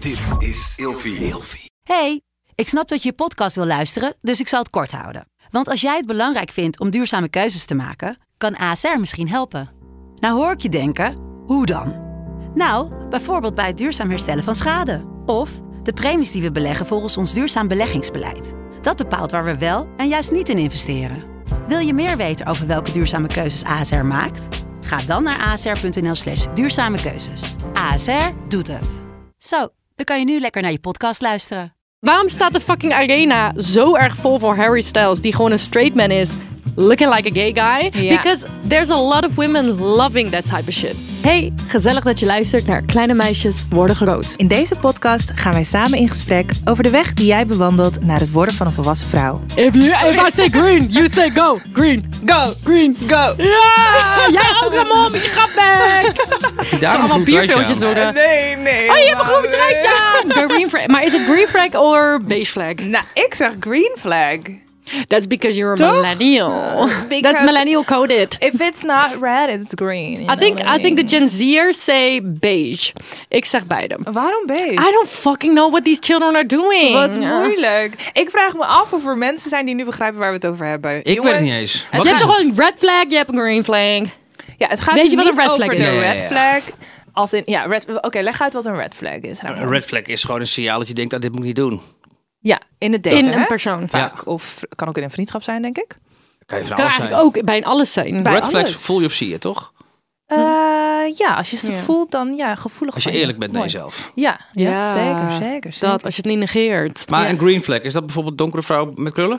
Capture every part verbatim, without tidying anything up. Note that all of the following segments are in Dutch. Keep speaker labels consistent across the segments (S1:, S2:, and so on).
S1: Dit is Ilfie.
S2: Hey, ik snap dat je je podcast wil luisteren, dus ik zal het kort houden. Want als jij het belangrijk vindt om duurzame keuzes te maken, kan A S R misschien helpen. Nou hoor ik je denken, hoe dan? Nou, bijvoorbeeld bij het duurzaam herstellen van schade. Of de premies die we beleggen volgens ons duurzaam beleggingsbeleid. Dat bepaalt waar we wel en juist niet in investeren. Wil je meer weten over welke duurzame keuzes A S R maakt? Ga dan naar asr.nl slash duurzame keuzes. A S R doet het. Zo, dan kan je nu lekker naar je podcast luisteren.
S3: Waarom staat de fucking arena zo erg vol voor Harry Styles, die gewoon een straight man is, looking like a gay guy?
S4: Ja.
S3: Because there's a lot of women loving that type of shit. Hey, gezellig dat je luistert naar Kleine Meisjes Worden Groot.
S4: In deze podcast gaan wij samen in gesprek over de weg die jij bewandelt naar het worden van een volwassen vrouw.
S3: If, you, if I say green, you say go. Green.
S4: Go!
S3: Green.
S4: Go!
S3: Ja! Jij ook, Ramon, met je grapback.
S5: Daar
S3: Allemaal bierveeltjes door.
S4: Nee, nee.
S3: Oh, je hebt een groen truitje aan. Green flag. Maar is het green flag or beige flag?
S4: Nou, ik zeg green flag.
S3: That's because you're a
S4: Toch?
S3: millennial.
S4: Because
S3: That's millennial coded.
S4: If it's not red, it's green. you
S3: I
S4: know
S3: think
S4: what
S3: I think the
S4: mean?
S3: Gen Z'ers say beige. Ik zeg beide.
S4: Waarom beige?
S3: I don't fucking know what these children are doing.
S4: Wat moeilijk. Ik vraag me af of er mensen zijn die nu begrijpen waar we het over hebben.
S5: Ik
S4: Jongens,
S5: weet het niet eens.
S3: Je
S5: Wat
S3: hebt
S5: is
S3: toch
S5: het?
S3: wel een red flag, je hebt een green flag.
S4: Ja, het gaat
S3: Weet je
S4: dus
S3: wat een
S4: niet
S3: red flag
S4: over
S3: is?
S4: de
S5: Ja, ja,
S4: red
S5: ja.
S4: flag. Als in, ja, red, oké, leg uit wat een red flag is.
S5: Een red flag is gewoon een signaal dat je denkt, dat dit moet ik niet doen.
S4: Ja, in het date,
S3: In
S4: hè?
S3: een persoon.
S4: Vaak.
S5: Ja.
S4: Of kan ook in een vriendschap zijn, denk ik.
S5: Kan je van
S3: Kan
S5: alles zijn.
S3: eigenlijk ook bij een alles zijn.
S4: Bij
S5: Red flags
S4: alles.
S5: voel je of zie je, toch?
S4: Uh, ja, als je ze
S3: Ja.
S4: voelt, dan ja, gevoelig.
S5: Als je
S4: van
S5: eerlijk bent naar
S4: Mooi.
S5: jezelf.
S4: Ja, ja,
S3: Ja,
S4: zeker, zeker, zeker.
S3: Dat, als je het niet negeert.
S5: Maar
S4: Ja.
S5: een green flag, is dat bijvoorbeeld donkere vrouw met krullen?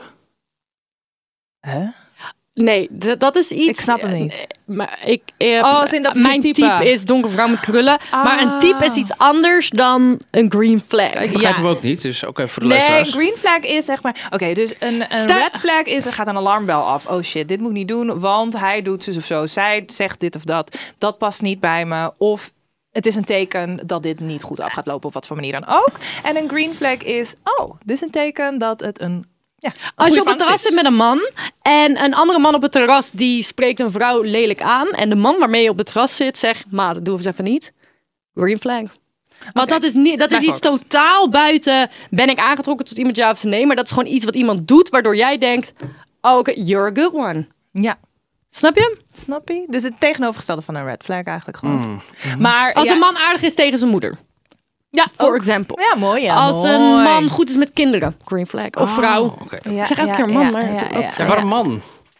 S4: Huh?
S3: Nee, d- dat is iets...
S4: Ik snap hem niet.
S3: eh, Maar ik, eh,
S4: Oh, als in dat is
S3: mijn
S4: je type.
S3: type is donkere vrouw met krullen.
S4: Ah.
S3: Maar een type is iets anders dan een green flag.
S5: Ik begrijp
S4: Ja.
S5: hem ook niet, dus ook even voor de
S4: Nee, een
S5: luisteraars.
S4: green flag is zeg maar... Oké, dus een, een
S3: Sta-
S4: red flag is... Er gaat een alarmbel af. Oh shit, dit moet ik niet doen, want hij doet zus of zo. Zij zegt dit of dat. Dat past niet bij me. Of het is een teken dat dit niet goed af gaat lopen op wat voor manier dan ook. En een green flag is... Oh, dit is een teken dat het een... Ja, een
S3: Als je
S4: goede
S3: op het
S4: vangst
S3: terras
S4: is.
S3: zit met een man en een andere man op het terras die spreekt een vrouw lelijk aan en de man waarmee je op het terras zit zegt, maat, doe eens even niet. Green flag. Want dat is, niet, dat is iets
S4: Bijvoorbeeld.
S3: totaal buiten, ben ik aangetrokken tot iemand, ja of nee, maar dat is gewoon iets wat iemand doet waardoor jij denkt, oh, oké, you're a good one.
S4: Ja,
S3: Snap je?
S4: snap je? Dus het tegenovergestelde van een red flag eigenlijk gewoon.
S5: Mm.
S4: Maar
S3: Als
S4: ja,
S3: een man aardig is tegen zijn moeder,
S4: ja,
S3: for
S4: ook.
S3: example.
S4: Ja, mooi. Ja,
S3: Als een
S4: mooi.
S3: man goed is met kinderen, green flag. Of vrouw.
S5: Oh, oké.
S4: Ja,
S3: Ik zeg elke
S4: ja,
S3: keer man,
S4: ja,
S3: maar
S4: ja,
S3: het
S4: ja,
S3: ook
S4: ja.
S5: Ja, waarom man?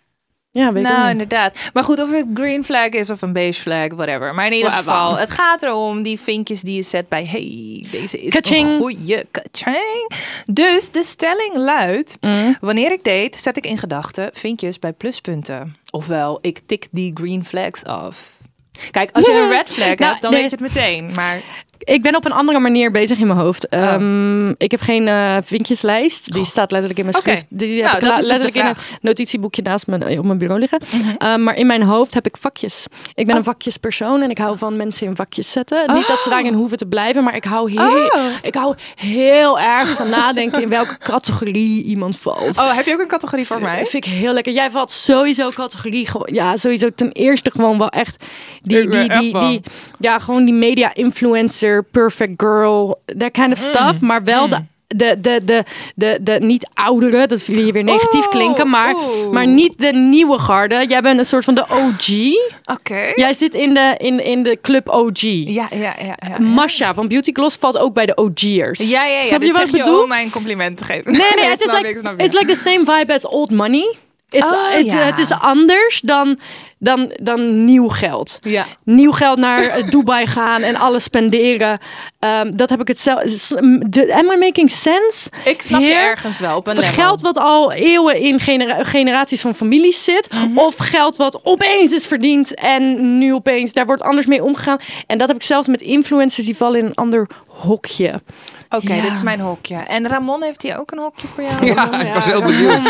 S3: Ja, weet ik
S4: Nou,
S3: ook niet.
S4: inderdaad. Maar goed, of het green flag is of een beige flag, whatever. Maar in ieder
S3: Whatever.
S4: geval, het gaat erom die vinkjes die je zet bij... Hey, deze is
S3: Kaching.
S4: een goeie kaching. Dus de stelling luidt...
S3: Mm.
S4: Wanneer ik date, zet ik in gedachten vinkjes bij pluspunten. Ofwel, ik tik die green flags af. Kijk, als je een red flag
S3: Nou,
S4: hebt, dan
S3: nee.
S4: weet je het meteen. Maar
S3: Ik ben op een andere manier bezig in mijn hoofd. Ehm, ik heb geen eh, vinkjeslijst. Die staat letterlijk in mijn
S4: Oké.
S3: schrift. Die
S4: Nou,
S3: heb ik
S4: dat
S3: la-
S4: is dus de
S3: letterlijk in een notitieboekje naast me op mijn bureau liggen. Ehm, maar in mijn hoofd heb ik vakjes. Ik ben
S4: Oh.
S3: een vakjespersoon en ik hou van mensen in vakjes zetten. Niet dat ze
S4: Oh.
S3: daarin hoeven te blijven, maar ik hou heel,
S4: Oh.
S3: ik hou heel erg van nadenken in welke categorie iemand valt.
S4: oh, heb je ook een categorie voor mij?
S3: Dat vind ik heel lekker. Jij valt sowieso categorie. gewoon- Ja, sowieso ten eerste gewoon wel echt die,
S4: Ik ben
S3: die,
S4: echt
S3: die,
S4: bang.
S3: die, ja, gewoon die media influencer, perfect girl, that kind of stuff. Maar wel de, de, de, de, de, de niet oudere, dat wil je weer negatief
S4: Oeh,
S3: klinken, maar,
S4: oeh.
S3: maar niet de nieuwe garde. Jij bent een soort van de O G.
S4: Oké.
S3: Jij zit in de, in, in de club O G.
S4: Ja, ja, ja. ja.
S3: Masha van Beauty Gloss valt ook bij de O G'ers.
S4: Ja, ja, ja.
S3: Snap
S4: Dit
S3: je wat
S4: zeg
S3: ik
S4: je
S3: bedoel?
S4: om mijn compliment te geven.
S3: Nee, nee, het is
S4: snap
S3: like,
S4: ik, snap ik.
S3: it's like the same vibe as old money. It's,
S4: Oh,
S3: het,
S4: ja.
S3: het is anders dan, dan, dan nieuw geld.
S4: Ja.
S3: Nieuw geld naar eh, Dubai gaan en alles spenderen. Um, dat heb ik het zelf. de- Am I making sense?
S4: Ik snap je
S3: Heer,
S4: ergens wel op een
S3: Voor
S4: level.
S3: geld wat al eeuwen in genera- generaties van families zit.
S4: Mhm.
S3: Of geld wat opeens is verdiend en nu opeens, daar wordt anders mee omgegaan. En dat heb ik zelfs met influencers die vallen in een ander hokje.
S4: Oké,
S3: Ja.
S4: dit is mijn hokje. En Ramon, heeft hij ook een hokje voor jou?
S5: Ja, ik was heel benieuwd.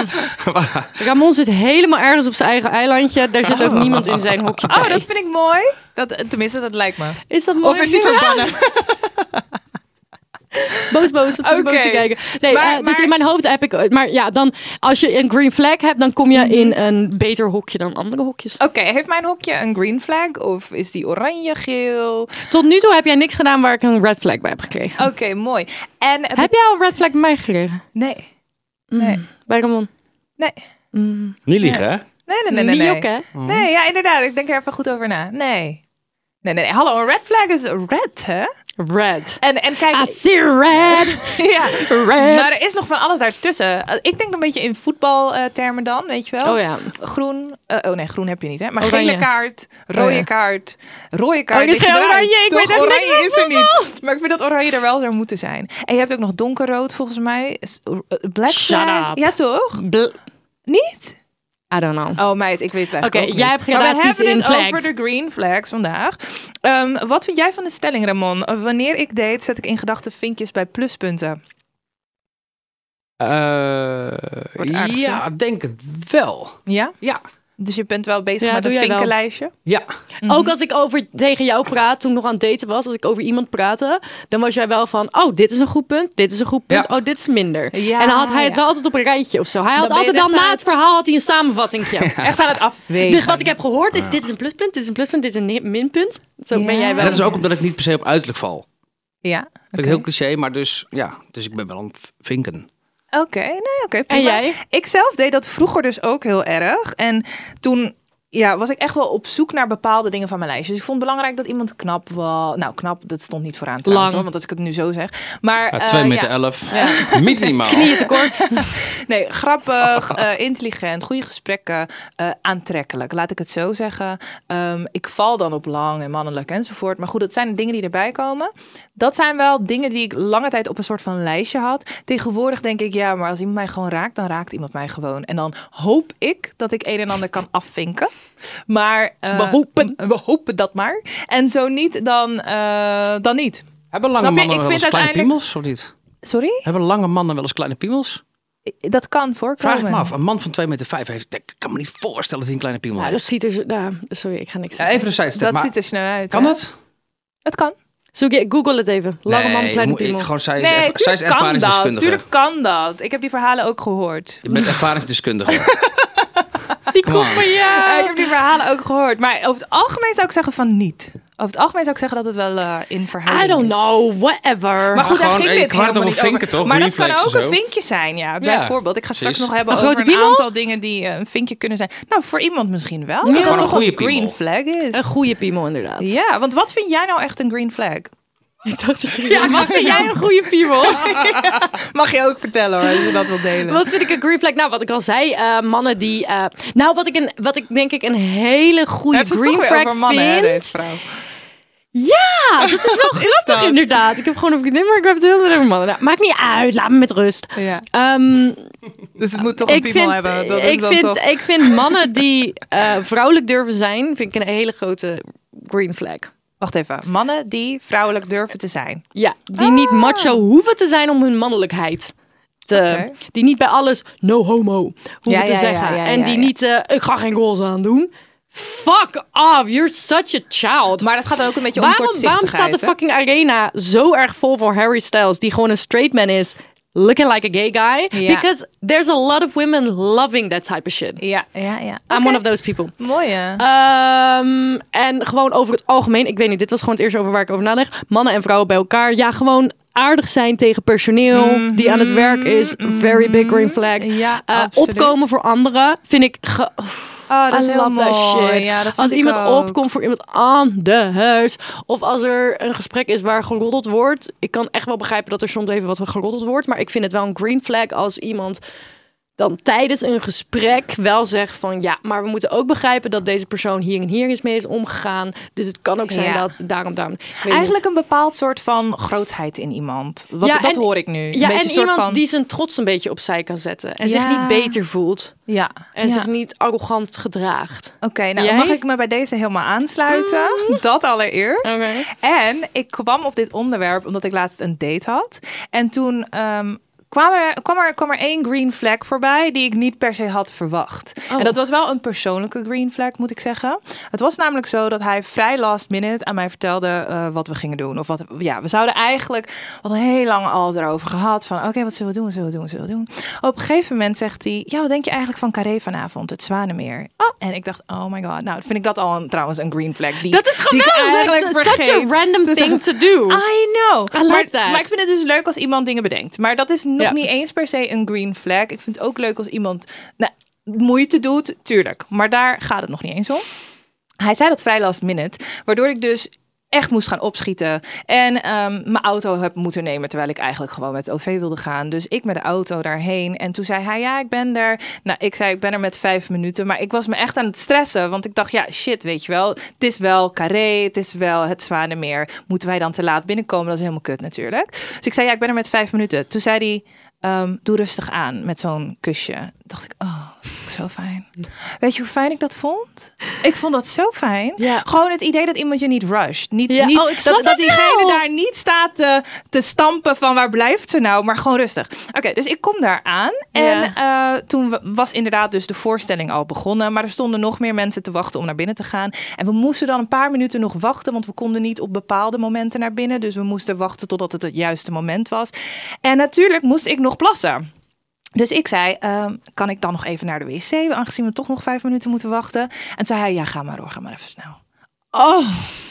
S3: Ramon zit helemaal ergens op zijn eigen eilandje. Daar zit ook niemand in zijn hokje bij.
S4: Oh, dat vind ik mooi. Dat, tenminste, dat lijkt me.
S3: Is dat mooi?
S4: Of is hij verbannen?
S3: boos, boos. Wat zit je boos te
S4: Oké.
S3: kijken? Nee,
S4: Maar-
S3: eh, dus
S4: maar-
S3: in mijn hoofd heb ik... Maar ja, dan als je een green flag hebt, dan kom je
S4: Mhm.
S3: in een beter hokje dan andere hokjes.
S4: Oké, heeft mijn hokje een green flag of is die oranje, geel?
S3: Tot nu toe heb jij niks gedaan waar ik een red flag bij heb gekregen.
S4: Oké, mooi. En
S3: Heb jij al een red flag bij mij gekregen?
S4: nee,
S3: Mm.
S4: Nee.
S3: Bij Ramon?
S4: nee,
S3: Mm.
S5: Niet liegen, hè?
S4: nee, nee, nee, nee.
S3: Niet
S4: Nee.
S3: ook, hè?
S4: nee, ja, inderdaad. Ik denk er even goed over na. Nee. Nee, nee, nee. Hallo, een red flag is red, hè?
S3: Red.
S4: En, en kijk,
S3: I see red.
S4: ja,
S3: Red.
S4: maar er is nog van alles daartussen. Ik denk een beetje in voetbaltermen dan, weet je wel?
S3: Oh ja.
S4: Groen, eh, oh nee, groen heb je niet, hè? Maar
S3: Oranje.
S4: gele kaart, rode
S3: Oh ja.
S4: kaart, rode kaart.
S3: Oh, dit is
S4: ligt
S3: geen
S4: eruit,
S3: oranje, ik
S4: toch?
S3: weet echt
S4: Oranje
S3: niks
S4: is er niet. Maar ik vind dat oranje er wel zou moeten zijn. En je hebt ook nog donkerrood, volgens mij. S- uh, Black
S3: Shut
S4: flag.
S3: up.
S4: Ja, toch?
S3: Bl-
S4: Niet?
S3: I don't know.
S4: Oh meid, ik weet het eigenlijk
S3: Oké,
S4: ook
S3: jij
S4: niet.
S3: hebt
S4: Maar we
S3: gradaties
S4: hebben
S3: in
S4: het
S3: flags.
S4: over de green flags vandaag. Ehm, wat vind jij van de stelling, Ramon? Wanneer ik date, zet ik in gedachten vinkjes bij pluspunten.
S5: Eh,
S4: Wordt aardig,
S5: ja, denk het wel.
S4: Ja?
S5: Ja.
S4: Dus je bent wel bezig
S3: Ja,
S4: met
S3: doe
S4: een
S3: jij wel.
S4: vinkenlijstje?
S5: Ja.
S3: Ook als ik over tegen jou praat, toen ik nog aan het daten was, als ik over iemand praatte, dan was jij wel van, oh, dit is een goed punt, dit is een goed punt,
S5: Ja.
S3: oh, dit is minder.
S4: Ja,
S3: en dan had hij het
S4: ja.
S3: wel altijd op een rijtje of zo. Hij had
S4: Dan ben je
S3: altijd
S4: het
S3: dan
S4: echt
S3: na
S4: aan
S3: het verhaal had hij een samenvattingje.
S4: Echt aan het afwegen.
S3: Dus wat ik heb gehoord is, dit is een pluspunt, dit is een pluspunt, dit is een ni- minpunt. Zo ben
S4: Ja.
S3: jij
S5: En
S3: wel.
S5: dat is ook omdat ik niet per se op uiterlijk val.
S4: Ja,
S5: Dat
S4: oké.
S5: is heel cliché, maar dus ja. Dus ik ben wel aan het vinken.
S4: Oké, nee, oké.
S3: En
S4: prima.
S3: jij?
S4: Ik zelf deed dat vroeger dus ook heel erg. En toen ja, was ik echt wel op zoek naar bepaalde dingen van mijn lijstje. Dus ik vond het belangrijk dat iemand knap was. Nou, knap, dat stond niet vooraan trouwens,
S3: Lang.
S4: hoor, want als ik het nu zo zeg. Maar
S5: Ja,
S4: eh,
S5: twee meter
S4: ja.
S5: elf. Minimaal.
S3: Knieën tekort.
S4: Nee, grappig, eh, intelligent, goede gesprekken, eh, aantrekkelijk. Laat ik het zo zeggen. Ehm, ik val dan op lang en mannelijk enzovoort. Maar goed, dat zijn de dingen die erbij komen. Dat zijn wel dingen die ik lange tijd op een soort van lijstje had. Tegenwoordig denk ik, ja, maar als iemand mij gewoon raakt, dan raakt iemand mij gewoon. En dan hoop ik dat ik een en ander kan afvinken. Maar uh,
S3: We hopen.
S4: we hopen dat maar. En zo niet, dan, uh, dan niet.
S5: Hebben lange
S4: Snap je?
S5: mannen
S4: Ik
S5: wel eens
S4: vind
S5: kleine
S4: uiteindelijk-
S5: piemels of niet?
S4: Sorry?
S5: Hebben lange mannen wel eens kleine piemels?
S4: Dat kan voorkomen.
S5: Vraag ik me af. Een man van twee meter vijf heeft... Ik kan me niet voorstellen dat hij een kleine piemel
S3: Nou, dat
S5: heeft.
S3: ziet er zo... Nou, sorry, ik ga niks
S5: Ja,
S3: zeggen.
S5: even een sidestep.
S4: Dat
S5: Maar
S4: ziet er snel uit.
S5: kan
S4: hè?
S5: dat?
S4: Het kan.
S3: Zoek je, google het even. Lange man,
S5: Nee,
S3: kleine
S5: moet ik
S3: piemel.
S5: gewoon, zij,
S4: Nee,
S5: zij is
S4: tuurlijk kan dat.
S5: ervaringsdeskundige.
S4: Tuurlijk kan dat. Ik heb die verhalen ook gehoord.
S5: Je bent ervaringsdeskundige.
S3: Die
S5: Come on.
S3: komt van
S4: Eh,
S3: jou.
S4: ik heb die verhalen ook gehoord. Maar over het algemeen zou ik zeggen van niet. Over het algemeen zou ik zeggen dat het wel eh, in verhouding
S3: I don't
S4: is.
S3: know, whatever.
S4: Maar goed, daar
S5: gewoon,
S4: ging
S5: eh,
S4: dit
S5: ik wou het
S4: helemaal
S5: over
S4: niet over.
S5: vinken, toch?
S4: Maar
S5: Green
S4: dat kan
S5: flags
S4: ook
S5: en
S4: een
S5: zo.
S4: vinkje zijn, ja. Bijvoorbeeld. Ik ga straks
S5: precies.
S4: nog hebben
S3: Een
S4: over
S3: grote
S4: een
S3: piemel?
S4: aantal dingen die eh, een vinkje kunnen zijn. Nou, voor iemand misschien wel.
S3: Ja,
S4: dat
S5: gewoon
S4: toch
S5: een goede
S4: een green
S5: piemel.
S4: flag is.
S3: Een goede piemel, inderdaad.
S4: Ja, want wat vind jij nou echt een green flag?
S3: Ik dacht dat je... Ja, wat vind jij een goede piemel?
S4: Mag je ook vertellen hoor, als je dat wilt delen.
S3: Wat vind ik een green flag? Nou, wat ik al zei, eh, mannen die... eh, nou, wat ik, een, wat ik denk ik een hele goede
S4: Heb je het
S3: green
S4: toch weer
S3: flag
S4: over mannen, hè,
S3: vind...
S4: deze vrouw?
S3: Ja, dat is wel grappig
S4: dat?
S3: inderdaad. Ik heb gewoon een vriendin, maar ik heb het heel veel over mannen. Nou, maakt niet uit, laat me met rust.
S4: Ja.
S3: Ehm,
S4: Dus het moet toch een
S3: ik,
S4: piemel
S3: vind,
S4: hebben. Dat is
S3: ik,
S4: dan
S3: vind,
S4: toch...
S3: ik vind mannen die eh, vrouwelijk durven zijn, vind ik een hele grote green flag.
S4: Wacht even. Mannen die vrouwelijk durven te zijn.
S3: Ja, die niet macho hoeven te zijn om hun mannelijkheid te...
S4: Oké.
S3: Die niet bij alles no homo hoeven
S4: Ja,
S3: te
S4: ja, ja,
S3: zeggen.
S4: ja, ja,
S3: en die
S4: ja.
S3: niet, eh, ik ga geen goals aandoen. Fuck off, you're such a child.
S4: Maar dat gaat dan ook een beetje om
S3: waarom, waarom staat de fucking arena zo erg vol voor Harry Styles, die gewoon een straight man is, looking like a gay guy?
S4: Ja.
S3: Because there's a lot of women loving that type of shit.
S4: Ja, ja, ja.
S3: I'm
S4: Oké.
S3: one of those people.
S4: Mooi hè?
S3: Ehm, en gewoon over het algemeen, ik weet niet, dit was gewoon het eerste over waar ik over nadenk. Mannen en vrouwen bij elkaar, ja, gewoon aardig zijn tegen personeel die aan het werk is. Very big green flag.
S4: Ja,
S3: Eh,
S4: absoluut.
S3: opkomen voor anderen vind ik. Ge-
S4: Oh, dat is
S3: I
S4: heel
S3: love
S4: mooi.
S3: that shit.
S4: Ja, dat
S3: als
S4: vind ik
S3: iemand
S4: ook.
S3: opkomt voor iemand anders. Of als er een gesprek is waar geroddeld wordt. Ik kan echt wel begrijpen dat er soms even wat geroddeld wordt. Maar ik vind het wel een green flag als iemand dan tijdens een gesprek wel zegt van ja, maar we moeten ook begrijpen dat deze persoon hier en hier is mee is omgegaan. Dus het kan ook zijn
S4: Ja.
S3: dat daarom, daarom. Ik weet
S4: Eigenlijk een bepaald soort van grootheid in iemand. Wat,
S3: Ja,
S4: dat
S3: en-
S4: hoor ik nu.
S3: niet.
S4: Een
S3: Ja,
S4: beetje
S3: en
S4: een soort
S3: iemand
S4: van...
S3: die zijn trots een beetje opzij kan zetten. En zich
S4: Ja.
S3: niet beter voelt.
S4: Ja.
S3: En
S4: ja.
S3: zich niet arrogant gedraagt.
S4: Oké, nou
S3: Jij?
S4: mag ik me bij deze helemaal aansluiten. Dat allereerst.
S3: Oké.
S4: En ik kwam op dit onderwerp omdat ik laatst een date had. En toen... ehm, kwam er, kwam, er, kwam er één green flag voorbij die ik niet per se had verwacht. Oh. En dat was wel een persoonlijke green flag, moet ik zeggen. Het was namelijk zo dat hij vrij last minute aan mij vertelde uh, wat we gingen doen. Of wat, ja, we zouden eigenlijk, we hadden heel lang al erover gehad van, oké, okay, wat zullen we doen, wat zullen we doen, wat zullen we doen. Op een gegeven moment zegt hij, ja, wat denk je eigenlijk van Carré vanavond, het Zwanenmeer? Oh. En ik dacht, oh my god, nou, vind ik dat al een, trouwens een green flag. Die,
S3: dat is geweldig. Such a random thing to do.
S4: I know.
S3: I like
S4: maar,
S3: that.
S4: maar ik vind het dus leuk als iemand dingen bedenkt. Maar dat is nog ja. niet eens per se een green flag. Ik vind het ook leuk als iemand nou, moeite doet, tuurlijk. Maar daar gaat het nog niet eens om. Hij zei dat vrij last minute, waardoor ik dus echt moest gaan opschieten. En um, mijn auto heb moeten nemen, terwijl ik eigenlijk gewoon met O V wilde gaan. Dus ik met de auto daarheen. En toen zei hij, ja, ik ben er. Nou, ik zei, ik ben er met vijf minuten. Maar ik was me echt aan het stressen. Want ik dacht, ja, shit, weet je wel. Het is wel Carré, het is wel het Zwanenmeer. Moeten wij dan te laat binnenkomen? Dat is helemaal kut natuurlijk. Dus ik zei, ja, ik ben er met vijf minuten. Toen zei hij, um, doe rustig aan met zo'n kusje. Dacht ik, oh, zo fijn. Weet je hoe fijn ik dat vond? Ik vond dat zo fijn. Ja. Gewoon het idee dat iemand je niet rusht. Niet,
S3: ja,
S4: niet,
S3: oh, ik
S4: dat, dat diegene
S3: wel.
S4: daar niet staat te, te stampen van waar blijft ze nou, maar gewoon rustig. Oké, okay, dus ik kom daar aan. En ja. uh, toen was inderdaad dus de voorstelling al begonnen. Maar er stonden nog meer mensen te wachten om naar binnen te gaan. En we moesten dan een paar minuten nog wachten, want we konden niet op bepaalde momenten naar binnen. Dus we moesten wachten totdat het het juiste moment was. En natuurlijk moest ik nog plassen. Dus ik zei, um, kan ik dan nog even naar de wc, aangezien we toch nog vijf minuten moeten wachten? En toen zei hij, ja, ga maar hoor, ga maar even snel. Oh,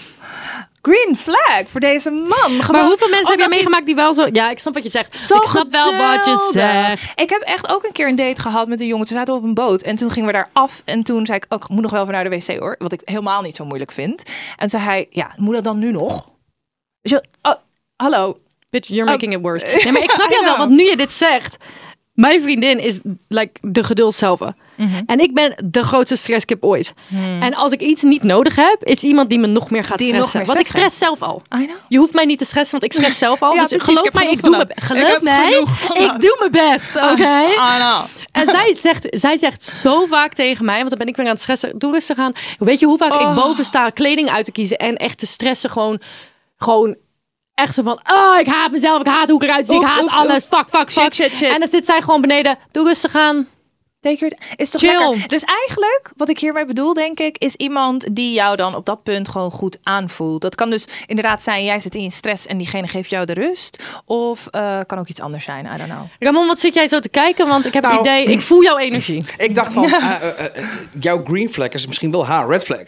S4: green flag voor deze man. Gewoon,
S3: maar hoeveel mensen heb jij
S4: die...
S3: meegemaakt die wel zo... Ja, ik snap wat je zegt.
S4: Zo
S3: ik snap wel wat je zegt.
S4: Ik heb echt ook een keer een date gehad met een jongen. Toen zaten we op een boot en toen gingen we daar af. En toen zei ik, oh, ik moet nog wel even naar de wc hoor. Wat ik helemaal niet zo moeilijk vind. En toen zei hij, ja, moet dat dan nu nog? Dus je, oh, hallo.
S3: Bitch, you're making oh. it worse. Nee, maar ik snap jou wel, want nu je dit zegt... Mijn vriendin is like de geduld zelf. Mm-hmm. En ik ben de grootste stresskip ooit. Mm. En als ik iets niet nodig heb, is iemand die me nog meer gaat die stressen. Meer want ik stress zelf al. Je hoeft mij niet te stressen, want ik stress zelf al. Ja, dus precies, geloof ik mij, ik doe mijn best. Geloof ik mij, ik doe mijn best. Oké. Okay? Uh, en zij zegt, zij zegt zo vaak tegen mij, want dan ben ik weer aan het stressen. Doe rustig aan. Weet je hoe vaak oh. ik boven sta kleding uit te kiezen en echt te stressen gewoon, gewoon. Echt zo van, oh, ik haat mezelf, ik haat hoe ik eruit zie, ik haat oeps, alles, oeps. fuck, fuck, fuck.
S4: Shit, shit, shit.
S3: En dan zit zij gewoon beneden, doe rustig aan.
S4: Take your, is toch
S3: chill.
S4: Lekker. Dus eigenlijk, wat ik hiermee bedoel, denk ik, is iemand die jou dan op dat punt gewoon goed aanvoelt. Dat kan dus inderdaad zijn, jij zit in je stress en diegene geeft jou de rust. Of uh, kan ook iets anders zijn, I don't know.
S3: Ramon, wat zit jij zo te kijken? Want ik heb nou, het idee, ik voel jouw energie.
S5: Ik dacht van, uh, uh, uh, jouw green flag is misschien wel haar red flag.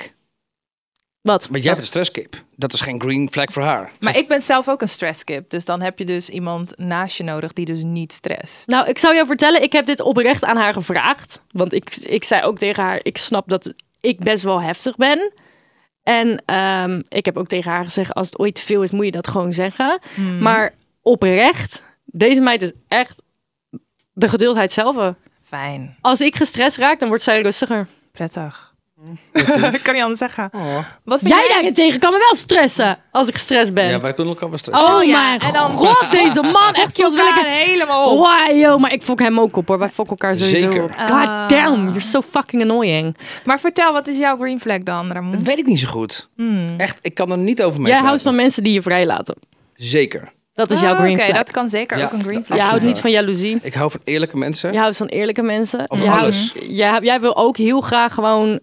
S3: Wat?
S5: Maar jij bent een stresskip. Dat is geen green flag voor haar.
S4: Maar dus... ik ben zelf ook een stresskip. Dus dan heb je dus iemand naast je nodig die dus niet stresst.
S3: Nou, ik zou jou vertellen, ik heb dit oprecht aan haar gevraagd. Want ik, ik zei ook tegen haar, ik snap dat ik best wel heftig ben. En um, ik heb ook tegen haar gezegd, als het ooit te veel is, moet je dat gewoon zeggen. Hmm. Maar oprecht, deze meid is echt de geduldheid zelf.
S4: Fijn.
S3: Als ik gestrest raak, dan wordt zij rustiger.
S4: Prettig. Ik kan niet anders zeggen. Oh. Wat
S3: jij jij daarentegen kan me wel stressen als ik gestrest ben.
S5: Ja, wij kunnen elkaar wel stressen.
S3: Oh ja. mijn en dan god, deze man echt zoals wil ik
S4: helemaal op.
S3: Wow, yo, maar ik fok hem ook op hoor. Wij fokken elkaar sowieso.
S5: Zeker.
S3: Op. God damn, you're so fucking annoying.
S4: Maar vertel, wat is jouw green flag dan, Ramon?
S5: Dat weet ik niet zo goed. Hmm. Echt, ik kan er niet over mee.
S3: Jij houdt van mensen die je vrijlaten.
S5: Zeker.
S3: Dat is jouw green flag.
S4: Oké, okay, dat kan zeker ja, ook een green flag.
S3: Je houdt niet van jaloezie.
S5: Ik hou van eerlijke mensen.
S3: Je houdt van eerlijke mensen.
S5: Of
S3: je
S5: alles.
S3: Houdt, jij, jij wil ook heel graag gewoon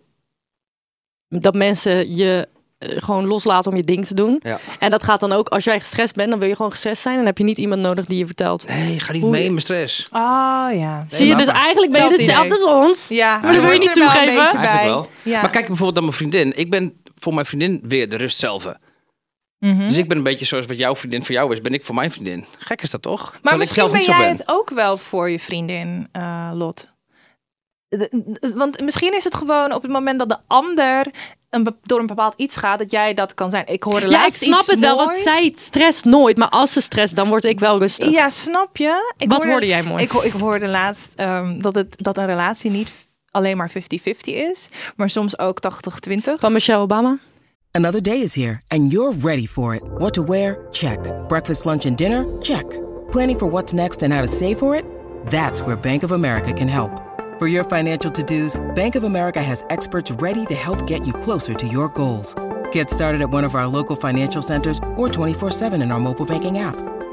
S3: dat mensen je uh, gewoon loslaten om je ding te doen. Ja. En dat gaat dan ook, als jij gestrest bent, dan wil je gewoon gestrest zijn. En dan heb je niet iemand nodig die je vertelt.
S5: Nee, ga niet mee in mijn stress.
S4: Ah, oh, ja.
S3: Nee, zie je, dus eigenlijk ben je hetzelfde als ons.
S4: Ja,
S3: maar dat wil je niet toegeven.
S5: Eigenlijk wel. Ja. Maar kijk bijvoorbeeld naar mijn vriendin. Ik ben voor mijn vriendin weer de rust zelf. Mm-hmm. Dus ik ben een beetje zoals wat jouw vriendin voor jou is, ben ik voor mijn vriendin. Gek is dat toch?
S4: Maar
S5: terwijl
S4: misschien
S5: ik zelf
S4: ben
S5: niet
S4: jij
S5: zo ben.
S4: het ook wel voor je vriendin, uh, Lot. De, de, want misschien is het gewoon op het moment dat de ander een, door een bepaald iets gaat, dat jij dat kan zijn. Ik hoorde
S3: ja,
S4: laatst
S3: ik snap
S4: iets
S3: het wel,
S4: moois.
S3: want zij stresst nooit. Maar als ze stresst, dan word ik wel rustig.
S4: Ja, snap je? Ik
S3: Wat
S4: hoorde,
S3: hoorde jij mooi?
S4: Ik, ik hoorde laatst um, dat, het, dat een relatie niet alleen maar fifty fifty is, maar soms ook tachtig twintig.
S3: Van Michelle Obama?
S1: Another day is here, and you're ready for it. What to wear? Check. Breakfast, lunch, and dinner? Check. Planning for what's next and how to save for it? That's where Bank of America can help. For your financial to-dos, Bank of America has experts ready to help get you closer to your goals. Get started at one of our local financial centers or twenty-four seven in our mobile banking app.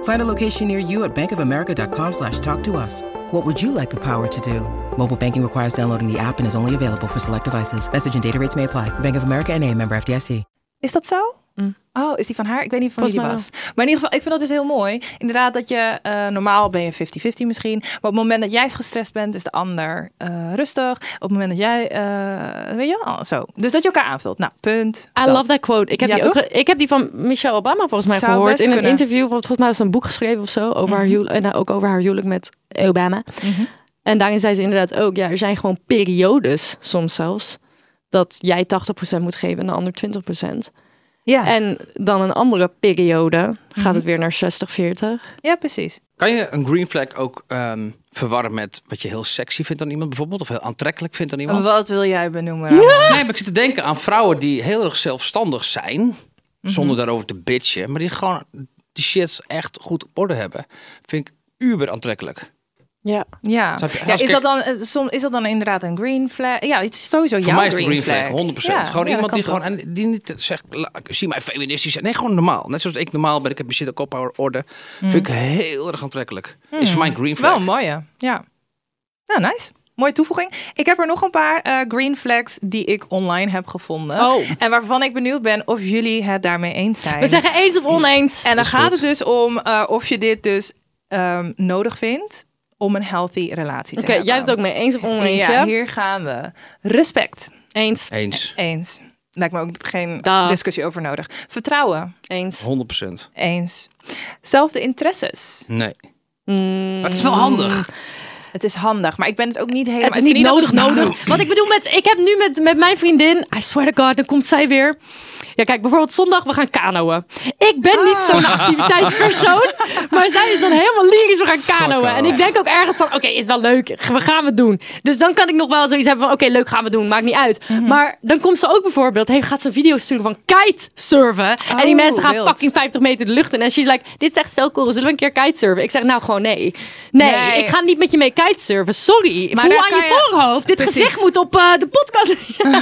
S1: Find a location near you at bankofamerica.com slash talk to us. What would you like the power to do? Mobile banking requires downloading the app and is only available for select devices. Message and data rates may apply. Bank of America N A, member F D I C.
S4: Is dat zo?
S3: Mm.
S4: Oh, is die van haar? Ik weet niet van wie die
S3: Volgens
S4: was. Maar in ieder geval, ik vind dat dus heel mooi. Inderdaad dat je, uh, normaal ben je vijftig vijftig misschien. Maar op het moment dat jij gestrest bent, is de ander uh, rustig. Op het moment dat jij, uh, weet je, oh, zo. Dus dat je elkaar aanvult. Nou, punt.
S3: I
S4: dat.
S3: love that quote. Ik heb,
S4: Ja,
S3: die ook, ge- ik heb die van Michelle Obama volgens mij
S4: Zou
S3: gehoord.
S4: best
S3: In een
S4: kunnen.
S3: interview. Volgens mij was ze een boek geschreven of zo. Over
S4: Mm-hmm.
S3: haar huwelijk. En ook over haar huwelijk met Obama.
S4: Mm-hmm.
S3: En daarin zei ze inderdaad ook. Ja, er zijn gewoon periodes soms zelfs. Dat jij tachtig procent moet geven en de ander twintig procent.
S4: Ja.
S3: En dan een andere periode gaat het weer naar zestig veertig.
S4: ja, precies.
S5: Kan je een green flag ook um, verwarren met wat je heel sexy vindt aan iemand bijvoorbeeld? Of heel aantrekkelijk vindt aan iemand?
S4: Wat wil jij benoemen?
S5: Nee, maar ik zit te denken aan vrouwen die heel erg zelfstandig zijn. Mm-hmm. Zonder daarover te bitchen. Maar die gewoon die shit echt goed op orde hebben. Vind ik uber aantrekkelijk.
S3: Ja.
S4: Ja,
S5: Snap je?
S4: ja
S5: Als
S4: is,
S5: kijk-
S4: dat dan, eh, som, is dat dan inderdaad een green flag? Ja, het is sowieso
S5: Voor
S4: jouw
S5: mij is het
S4: green
S5: green flag,
S4: flag.
S5: honderd procent.
S4: Ja,
S5: Gewoon
S4: ja,
S5: iemand
S4: dat
S5: die
S4: kan
S5: gewoon, en die niet zegt, la- zie mij feministisch. Nee, gewoon normaal. Net zoals ik normaal ben, ik heb mijn shit ook op orde. Vind ik heel erg aantrekkelijk. Is voor mij een green
S4: toch? Wel
S5: flag.
S4: een mooie, ja. Nou, nice. Mooie toevoeging. Ik heb er nog een paar uh, green flags die ik online heb gevonden.
S3: Oh.
S4: En waarvan ik benieuwd ben of jullie het daarmee eens zijn.
S3: We zeggen eens of oneens.
S4: en dan
S5: Is
S4: gaat
S5: goed.
S4: het dus om uh, of je dit dus um, nodig vindt om een healthy relatie te
S3: Oké,
S4: hebben.
S3: jij doet het ook mee eens of oneens,
S4: Ja,
S3: ja?
S4: hier gaan we. Respect.
S3: Eens.
S5: Eens.
S4: Eens. Lijkt me ook geen
S3: Da.
S4: discussie over nodig. Vertrouwen.
S3: Eens.
S5: honderd procent.
S4: Eens. Zelfde interesses.
S5: Nee.
S3: Mm,
S5: Maar het is wel handig.
S4: Het is handig, maar ik ben het ook niet helemaal...
S3: Het is
S4: ik vind
S3: niet
S4: dat
S3: nodig,
S4: het-
S3: nodig. Wat ik bedoel met... Ik heb nu met, met mijn vriendin... I swear to God, dan komt zij weer. Ja, kijk, bijvoorbeeld zondag, we gaan kanoën. Ik ben niet zo'n activiteitspersoon. Maar zij is dan helemaal lyrisch, we gaan kanoën.
S5: off.
S3: En ik denk ook ergens van, oké, is wel leuk. We gaan het doen. Dus dan kan ik nog wel zoiets hebben van, oké, leuk, gaan we doen. Maakt niet uit. Maar dan komt ze ook bijvoorbeeld... Hey, gaat ze een video sturen van kitesurfen. en die mensen gaan
S4: wild.
S3: fucking vijftig meter de lucht in. En she's like, dit is echt zo cool. Zullen we een keer kitesurfen? Ik zeg, nou gewoon nee. Nee,
S4: Nee.
S3: ik ga niet met je mee kitesurfen. Sorry.
S4: Maar
S3: Voel
S4: daar
S3: aan
S4: kan
S3: je
S4: je-
S3: voorhoofd. Dit
S4: Precies.
S3: gezicht moet op uh, de podcast.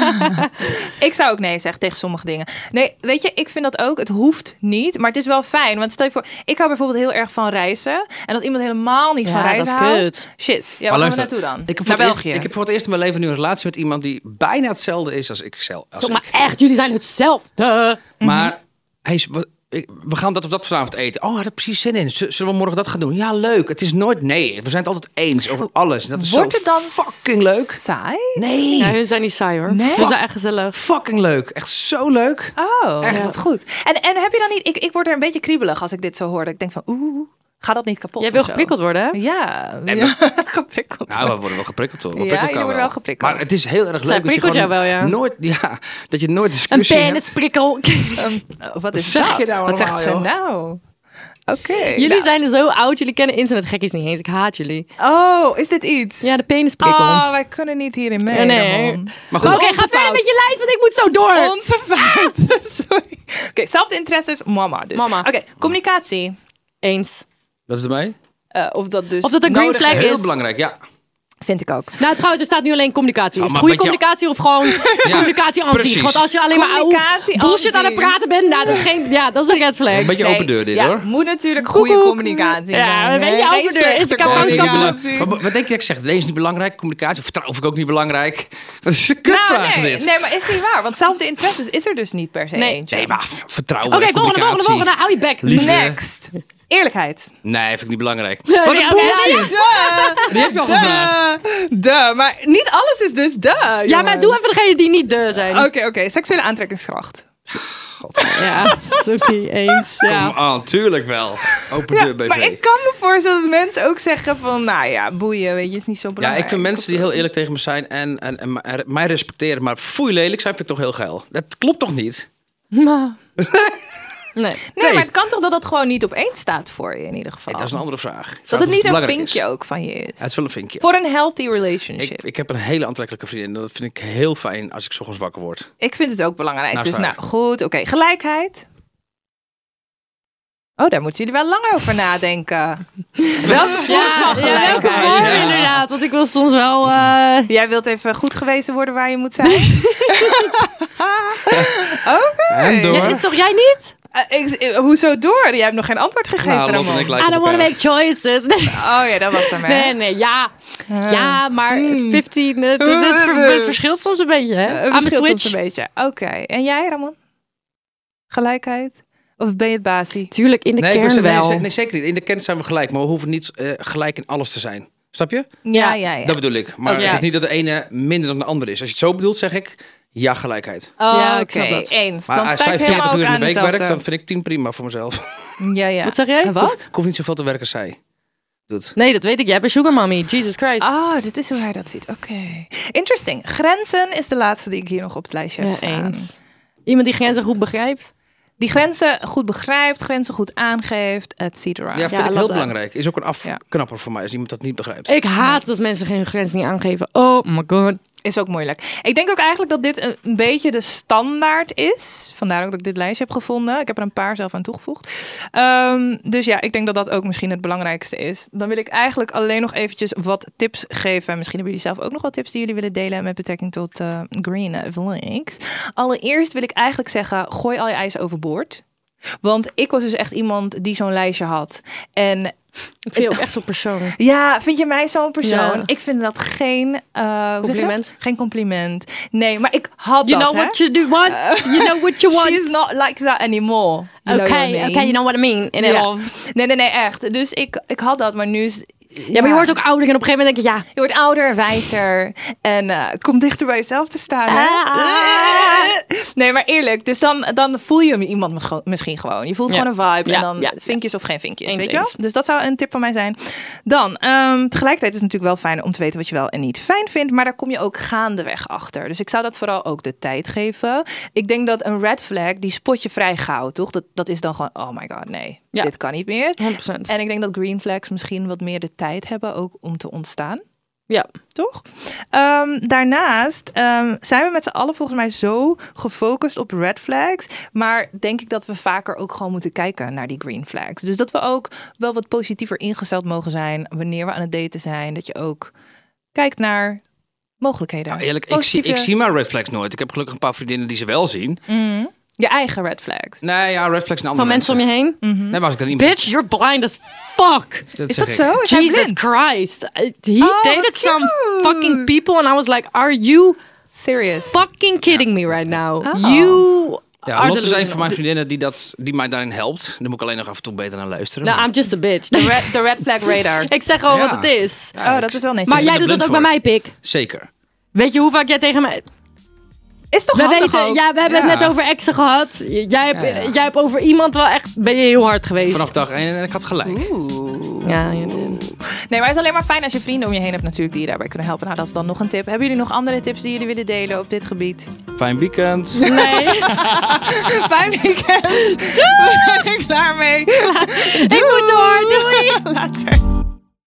S4: Ik zou ook nee zeggen tegen sommige dingen. Nee, weet je, ik vind dat ook. Het hoeft niet, maar het is wel fijn. Want stel je voor, ik hou bijvoorbeeld heel erg van reizen. En als iemand helemaal niet
S3: Ja,
S4: van reizen
S3: dat is
S4: houdt...
S3: kut.
S4: Shit, ja,
S5: Maar
S4: waar gaan we
S5: luister,
S4: naartoe dan?
S5: Ik heb, voor
S4: Naar
S5: het eerst,
S4: België.
S5: ik heb voor het eerst in mijn leven nu een relatie met iemand die bijna hetzelfde is als ik zelf. Als
S3: Zeg maar
S5: ik.
S3: echt, jullie zijn hetzelfde.
S5: Maar hij is, wat- ik- we gaan dat of dat vanavond eten. Oh, had er precies zin in. Z- Zullen we morgen dat gaan doen? Ja, leuk. Het is nooit nee. We zijn het altijd eens over alles. En dat is
S4: Wordt
S5: zo
S4: het dan
S5: fucking leuk.
S4: saai?
S5: Nee.
S3: Ja, hun zijn niet saai hoor.
S4: Nee.
S3: Hun zijn echt gezellig.
S5: Fucking leuk. Echt zo leuk.
S4: Oh, echt wat goed. En, en heb je dan niet... Ik, ik word er een beetje kriebelig als ik dit zo hoor. Dat ik denk van, oeh, ga dat niet kapot
S3: Jij
S4: of
S3: wil
S4: zo?
S3: geprikkeld worden, hè?
S4: Ja,
S5: Nee,
S4: ja, geprikkeld.
S5: Nou, we worden wel geprikkeld hoor. We
S4: Ja,
S5: prikkelen
S4: jullie
S5: elkaar
S4: worden wel geprikkeld.
S5: Maar het is heel erg
S3: Zij
S5: leuk dat je
S3: prikkelt
S5: gewoon
S3: jou wel, ja.
S5: nooit, ja, dat je nooit
S3: Een
S5: discussie hebt.
S3: penisprikkel.
S4: Um, oh, wat is
S5: zeg
S4: dat?
S5: je nou
S4: Wat zegt
S5: allemaal,
S4: ze
S5: joh?
S4: nou? Oké.
S3: Jullie
S4: nou.
S3: zijn zo oud, jullie kennen internetgekkies niet eens. Ik haat jullie.
S4: Oh, is dit iets?
S3: Ja, de penisprikkel.
S4: Oh, wij kunnen niet hierin mee.
S3: Ja, nee.
S4: Ramon.
S5: Maar
S3: Maar
S5: goed,
S3: Oké,
S4: onze
S3: ga verder
S4: fout.
S3: met je lijst, want ik moet zo door.
S4: Onze fout. Sorry. Oké, zelfde interesses, mama dus.
S3: Mama.
S4: Oké, communicatie.
S3: Eens.
S5: dat is erbij.
S4: Uh, of dat dus
S3: Of dat een green
S4: nodig
S3: flag
S4: is.
S3: is.
S5: Heel belangrijk, ja.
S4: Vind ik ook.
S3: Nou, trouwens, er staat nu alleen communicatie.
S5: Ja,
S3: Is het
S5: maar
S3: goede
S5: met jou-
S3: communicatie of gewoon communicatie aan zich?
S5: precies.
S3: Want als je alleen maar
S4: Communicatie
S3: oh, bullshit
S4: aan
S3: aan het
S4: zich.
S3: praten bent, nou, dat is geen, ja, dat is een red flag.
S5: Een beetje
S4: Nee,
S5: open deur dit
S4: ja,
S5: hoor.
S4: moet natuurlijk goede
S3: Koekoek.
S4: communicatie
S3: Ja,
S4: zijn.
S3: een beetje
S4: Nee,
S3: open
S4: geen
S3: deur. Is
S4: slechte
S3: de kapot,
S5: Ja, vind ik
S3: kapot.
S5: belang- Maar wat denk je dat ik zeg? Lees is niet belangrijk. Communicatie. Vertrouwen vind ik ook niet belangrijk. Wat is een kutvraag
S4: Nou, nee,
S5: dit?
S4: nee, maar is niet waar. Want zelfde interesses is er dus niet per se
S3: Nee.
S4: eentje.
S5: Nee, maar vertrouwen
S3: Oké,
S5: en
S3: volgende, volgende,
S5: communicatie.
S3: volgende. Hou je bek.
S5: Liefde.
S4: Next. Eerlijkheid.
S5: Nee, vind ik niet belangrijk.
S3: Nee,
S5: Wat
S3: nee,
S5: een
S3: oké,
S5: bullshit.
S4: Duh.
S5: Die heb je al gevraagd.
S4: Duh. Maar niet alles is dus duh,
S3: Ja, maar doe even degene die niet de zijn.
S4: Oké, oké. Seksuele aantrekkingskracht.
S3: Ja, sorry, eens. Ja.
S5: Kom aan, tuurlijk wel. Open
S4: Ja,
S5: deur B V.
S4: maar ik kan me voorstellen dat mensen ook zeggen van... Nou ja, boeien, weet je, is niet zo
S5: Ja,
S4: belangrijk.
S5: ik vind mensen die heel eerlijk tegen me zijn en, en, en mij- mij respecteren, maar foei lelijk zijn, vind ik toch heel geil. Dat klopt toch niet?
S3: Maar... Nee.
S4: Nee,
S5: Nee.
S4: maar het kan toch dat het gewoon niet op één staat voor je in ieder geval.
S5: Nee, dat is een andere vraag. Ik vraag
S4: dat
S5: of
S4: het niet een
S5: belangrijk
S4: vinkje
S5: is.
S4: ook van je is.
S5: Ja, het is wel een vinkje.
S4: Voor een healthy relationship.
S5: Ik, ik heb een hele aantrekkelijke vriendin. Dat vind ik heel fijn als ik 's ochtends wakker word.
S4: Ik vind het ook belangrijk.
S5: Nou,
S4: dus
S5: sorry.
S4: nou, goed. Oké, gelijkheid. Oh, daar moeten jullie wel langer over nadenken. Welke vorm
S3: Ja,
S4: van
S3: ja, welke
S4: gelijkheid?
S3: vorm
S5: Ja.
S3: inderdaad. Want ik wil soms wel... eh,
S4: Jij wilt even goed gewezen worden waar je moet zijn? Oké.
S5: En door.
S3: Ja, is toch jij niet?
S4: Uh, ik, uh, hoezo door? Jij hebt nog geen antwoord gegeven,
S5: Nou, Lot en
S4: Ramon.
S5: ik
S3: I
S5: lijken
S3: don't
S5: op
S3: want to
S5: elkaar.
S3: make choices. Nee,
S4: Oh ja, dat was hem, hè?
S3: nee, nee ja. Ja, maar vijftien, het, het, het, ver- het verschilt soms een beetje, hè?
S4: Uh,
S3: I'm a
S4: verschilt soms
S3: switch.
S4: een beetje. Oké. Okay. En jij, Ramon? Gelijkheid? Of ben je het basie?
S3: Tuurlijk, in de
S5: Nee, ik
S3: kern
S5: ben, nee,
S3: wel.
S5: ze- nee, zeker niet. In de kern zijn we gelijk, maar we hoeven niet uh, gelijk in alles te zijn. Snap je?
S4: Ja, ja, ja.
S5: Dat bedoel ik. Maar
S3: Oké.
S5: het is niet dat de ene minder dan de andere is. Als je het zo bedoelt, zeg ik ja, gelijkheid.
S4: Oh,
S3: Ja,
S4: oké.
S3: ik snap dat.
S4: Eens.
S5: Maar
S4: Dan
S5: als
S4: sta
S5: zij
S4: ik helemaal
S5: veertig
S4: ook
S5: uur in
S4: aan
S5: de week
S4: dezelfde.
S5: werkt, dan vind ik tien prima voor mezelf.
S4: Ja, ja.
S3: Wat zeg jij?
S4: En wat?
S5: Ik hoef niet zoveel te werken als zij doet.
S3: Nee, dat weet ik. Jij bent sugar mommy. Jesus Christ.
S4: Oh, dit is hoe hij dat ziet. Oké. Okay. Interesting. Grenzen is de laatste die ik hier nog op het lijstje heb
S3: Ja,
S4: staan.
S3: eens. Iemand die grenzen goed begrijpt.
S4: Die grenzen goed begrijpt, grenzen goed aangeeft, et cetera.
S5: Ja, vind
S3: Ja,
S5: ik
S3: laat
S5: heel
S3: dat.
S5: belangrijk. Is ook een afknapper voor mij als iemand dat niet begrijpt.
S3: Ik haat als mensen geen grenzen niet aangeven. Oh my god.
S4: Is ook moeilijk. Ik denk ook eigenlijk dat dit een, een beetje de standaard is. Vandaar ook dat ik dit lijstje heb gevonden. Ik heb er een paar zelf aan toegevoegd. Um, dus ja, ik denk dat dat ook misschien het belangrijkste is. Dan wil ik eigenlijk alleen nog eventjes wat tips geven. Misschien hebben jullie zelf ook nog wat tips die jullie willen delen met betrekking tot uh, green flags. Allereerst wil ik eigenlijk zeggen, gooi al je ijs overboord. Want ik was dus echt iemand die zo'n lijstje had. En
S3: Ik vind je ook echt zo'n persoon.
S4: ja, vind je mij zo'n persoon?
S3: Ja.
S4: Ik vind dat geen uh, hoe zeg je
S3: Compliment?
S4: dat? Geen compliment. Nee, maar ik had
S3: You
S4: dat,
S3: know
S4: hè?
S3: what you do want. You know what you want.
S4: She's not like that anymore. You know
S3: Okay,
S4: what I mean?
S3: okay, you know what I mean. In it
S4: Ja.
S3: all.
S4: Nee, nee, nee, echt. Dus ik, ik had dat, maar nu is...
S3: Ja, maar je wordt ook ouder en op een gegeven moment denk je, ja.
S4: Je wordt ouder, wijzer en uh, kom dichter bij jezelf te staan. Hè?
S3: Ah.
S4: Nee, maar eerlijk. Dus dan, dan voel je iemand mischo- misschien gewoon. Je voelt
S3: Ja.
S4: gewoon een vibe
S3: Ja,
S4: en dan
S3: ja,
S4: vinkjes of geen vinkjes.
S3: Eens,
S4: Weet je wel?
S3: eens.
S4: Dus dat zou een tip van mij zijn. Dan, um, tegelijkertijd is het natuurlijk wel fijn om te weten wat je wel en niet fijn vindt. Maar daar kom je ook gaandeweg achter. Dus ik zou dat vooral ook de tijd geven. Ik denk dat een red flag, die spot je vrij gauw, toch? Dat, dat is dan gewoon, oh my god, nee.
S3: Ja.
S4: Dit kan niet meer.
S3: honderd procent.
S4: En ik denk dat green flags misschien wat meer de tijd hebben ook om te ontstaan.
S3: Ja.
S4: Toch? Um, daarnaast um, zijn we met z'n allen volgens mij zo gefocust op red flags. Maar denk ik dat we vaker ook gewoon moeten kijken naar die green flags. Dus dat we ook wel wat positiever ingesteld mogen zijn wanneer we aan het daten zijn. Dat je ook kijkt naar mogelijkheden.
S5: Nou, eerlijk, ik zie,
S4: Positieve-
S5: ik zie maar red flags nooit. Ik heb gelukkig een paar vriendinnen die ze wel zien.
S4: Mm. Je eigen red flags.
S5: Nee, ja, red flags naar andere
S3: Van mensen om je heen.
S4: Mhm.
S5: Nee, maar als ik dan niet...
S3: Bitch, you're blind as fuck.
S5: Dat
S4: Is
S5: zeg
S4: dat
S5: ik.
S4: zo? Is hij
S3: Jesus
S4: blind?
S3: Christ. Uh, He
S4: Oh,
S3: dated
S4: wat
S3: some
S4: cute.
S3: fucking people and I was like, are you
S4: Serious.
S3: fucking kidding me right now?
S4: Oh.
S3: You
S5: Ja,
S3: are
S5: Lotte is een
S3: delusional.
S5: van mijn vriendinnen die, dat, die mij daarin helpt. Daar moet ik alleen nog af en toe beter naar luisteren.
S3: Nou,
S5: maar-
S3: I'm just a bitch.
S4: De red, de red flag radar.
S3: Ik zeg gewoon
S5: Ja.
S3: wat het is.
S4: Oh, dat is wel netjes.
S3: Maar jij
S5: er
S3: doet dat
S5: blind
S3: ook bij
S5: voor.
S3: mij, pik.
S5: Zeker.
S3: Weet je hoe vaak jij tegen mij...
S4: Is toch
S3: We
S4: handig
S3: weten,
S4: ook?
S3: ja, we hebben
S5: Ja.
S3: het net over exen gehad. Jij hebt,
S5: Ja, ja.
S3: jij hebt over iemand wel echt... Ben je heel hard geweest.
S5: Vanaf dag één en ik had gelijk.
S3: Ja, je-
S4: Nee, maar het is alleen maar fijn als je vrienden om je heen hebt natuurlijk die je daarbij kunnen helpen. Nou, dat is dan nog een tip. Hebben jullie nog andere tips die jullie willen delen op dit gebied?
S5: Fijn weekend.
S3: Nee.
S4: Fijn weekend. Doei! We zijn er klaar mee.
S3: Ik moet door. Doei.
S4: Later.